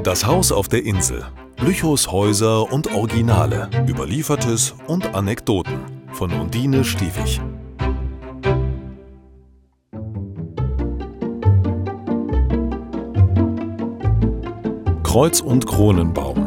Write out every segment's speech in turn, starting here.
Das Haus auf der Insel. Lüchows Häuser und Originale, Überliefertes und Anekdoten von Undine Stiefig. Kreuz- und Kronenbaum.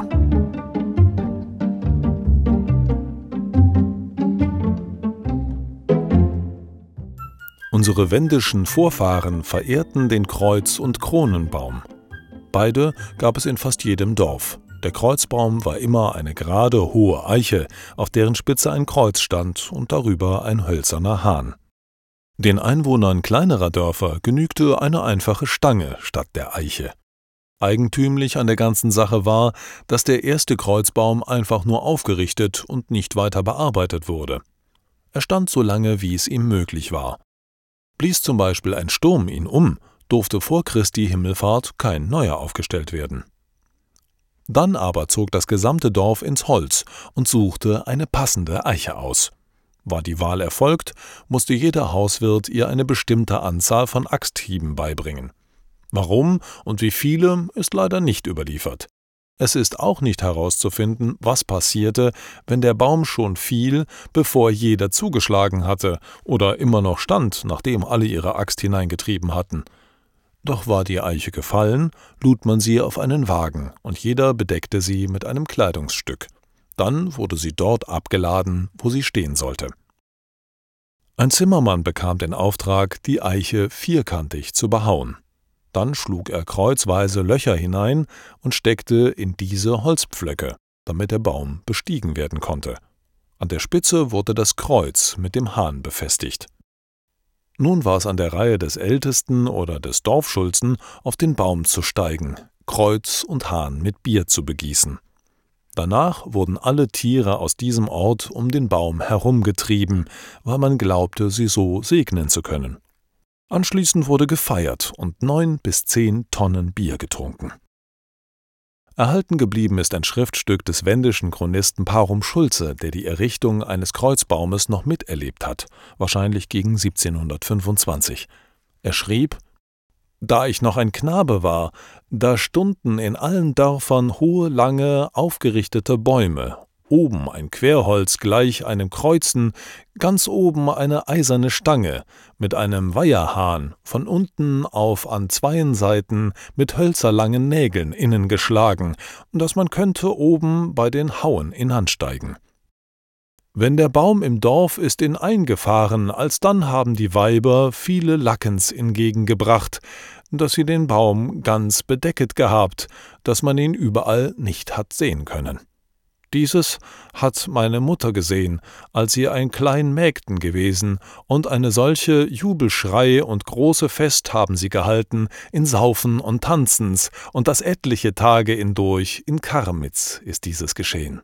Unsere wendischen Vorfahren verehrten den Kreuz- und Kronenbaum. Beide gab es in fast jedem Dorf. Der Kreuzbaum war immer eine gerade, hohe Eiche, auf deren Spitze ein Kreuz stand und darüber ein hölzerner Hahn. Den Einwohnern kleinerer Dörfer genügte eine einfache Stange statt der Eiche. Eigentümlich an der ganzen Sache war, dass der erste Kreuzbaum einfach nur aufgerichtet und nicht weiter bearbeitet wurde. Er stand so lange, wie es ihm möglich war. Blies zum Beispiel ein Sturm ihn um, durfte vor Christi Himmelfahrt kein neuer aufgestellt werden. Dann aber zog das gesamte Dorf ins Holz und suchte eine passende Eiche aus. War die Wahl erfolgt, musste jeder Hauswirt ihr eine bestimmte Anzahl von Axthieben beibringen. Warum und wie viele, ist leider nicht überliefert. Es ist auch nicht herauszufinden, was passierte, wenn der Baum schon fiel, bevor jeder zugeschlagen hatte oder immer noch stand, nachdem alle ihre Axt hineingetrieben hatten. Doch war die Eiche gefallen, lud man sie auf einen Wagen und jeder bedeckte sie mit einem Kleidungsstück. Dann wurde sie dort abgeladen, wo sie stehen sollte. Ein Zimmermann bekam den Auftrag, die Eiche vierkantig zu behauen. Dann schlug er kreuzweise Löcher hinein und steckte in diese Holzpflöcke, damit der Baum bestiegen werden konnte. An der Spitze wurde das Kreuz mit dem Hahn befestigt. Nun war es an der Reihe des Ältesten oder des Dorfschulzen, auf den Baum zu steigen, Kreuz und Hahn mit Bier zu begießen. Danach wurden alle Tiere aus diesem Ort um den Baum herumgetrieben, weil man glaubte, sie so segnen zu können. Anschließend wurde gefeiert und 9 bis 10 Tonnen Bier getrunken. Erhalten geblieben ist ein Schriftstück des wendischen Chronisten Parum Schulze, der die Errichtung eines Kreuzbaumes noch miterlebt hat, wahrscheinlich gegen 1725. Er schrieb: »Da ich noch ein Knabe war, da stunden in allen Dörfern hohe, lange, aufgerichtete Bäume, oben ein Querholz gleich einem Kreuzen, ganz oben eine eiserne Stange mit einem Weiherhahn, von unten auf an 2 Seiten mit hölzerlangen Nägeln innen geschlagen, dass man könnte oben bei den Hauen hinansteigen. Wenn der Baum im Dorf ist in eingefahren, alsdann haben die Weiber viele Lackens ingegengebracht, dass sie den Baum ganz bedecket gehabt, dass man ihn überall nicht hat sehen können. Dieses hat meine Mutter gesehen, als sie ein klein Mägden gewesen, und eine solche Jubelschrei und große Fest haben sie gehalten, in Saufen und Tanzens, und das etliche Tage hindurch, in Karmitz ist dieses geschehen.«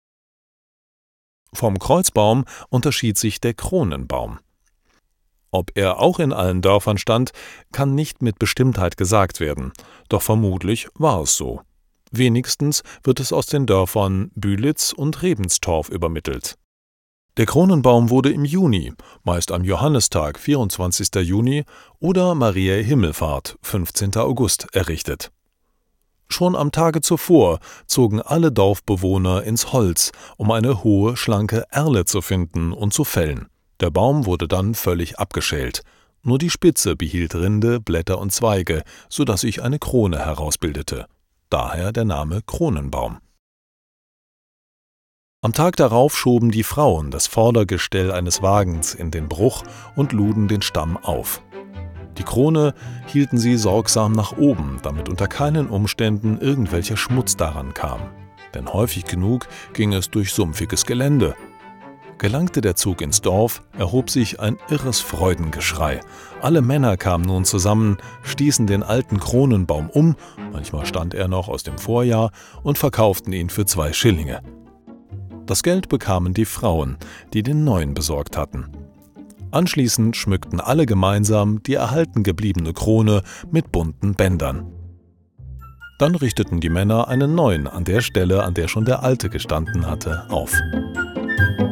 Vom Kreuzbaum unterschied sich der Kronenbaum. Ob er auch in allen Dörfern stand, kann nicht mit Bestimmtheit gesagt werden, doch vermutlich war es so. Wenigstens wird es aus den Dörfern Bülitz und Rebenstorf übermittelt. Der Kronenbaum wurde im Juni, meist am Johannistag, 24. Juni, oder Mariä Himmelfahrt, 15. August, errichtet. Schon am Tage zuvor zogen alle Dorfbewohner ins Holz, um eine hohe, schlanke Erle zu finden und zu fällen. Der Baum wurde dann völlig abgeschält. Nur die Spitze behielt Rinde, Blätter und Zweige, sodass sich eine Krone herausbildete. Daher der Name Kronenbaum. Am Tag darauf schoben die Frauen das Vordergestell eines Wagens in den Bruch und luden den Stamm auf. Die Krone hielten sie sorgsam nach oben, damit unter keinen Umständen irgendwelcher Schmutz daran kam. Denn häufig genug ging es durch sumpfiges Gelände. Gelangte der Zug ins Dorf, erhob sich ein irres Freudengeschrei. Alle Männer kamen nun zusammen, stießen den alten Kronenbaum um, manchmal stand er noch aus dem Vorjahr, und verkauften ihn für 2 Schillinge. Das Geld bekamen die Frauen, die den neuen besorgt hatten. Anschließend schmückten alle gemeinsam die erhalten gebliebene Krone mit bunten Bändern. Dann richteten die Männer einen neuen an der Stelle, an der schon der alte gestanden hatte, auf.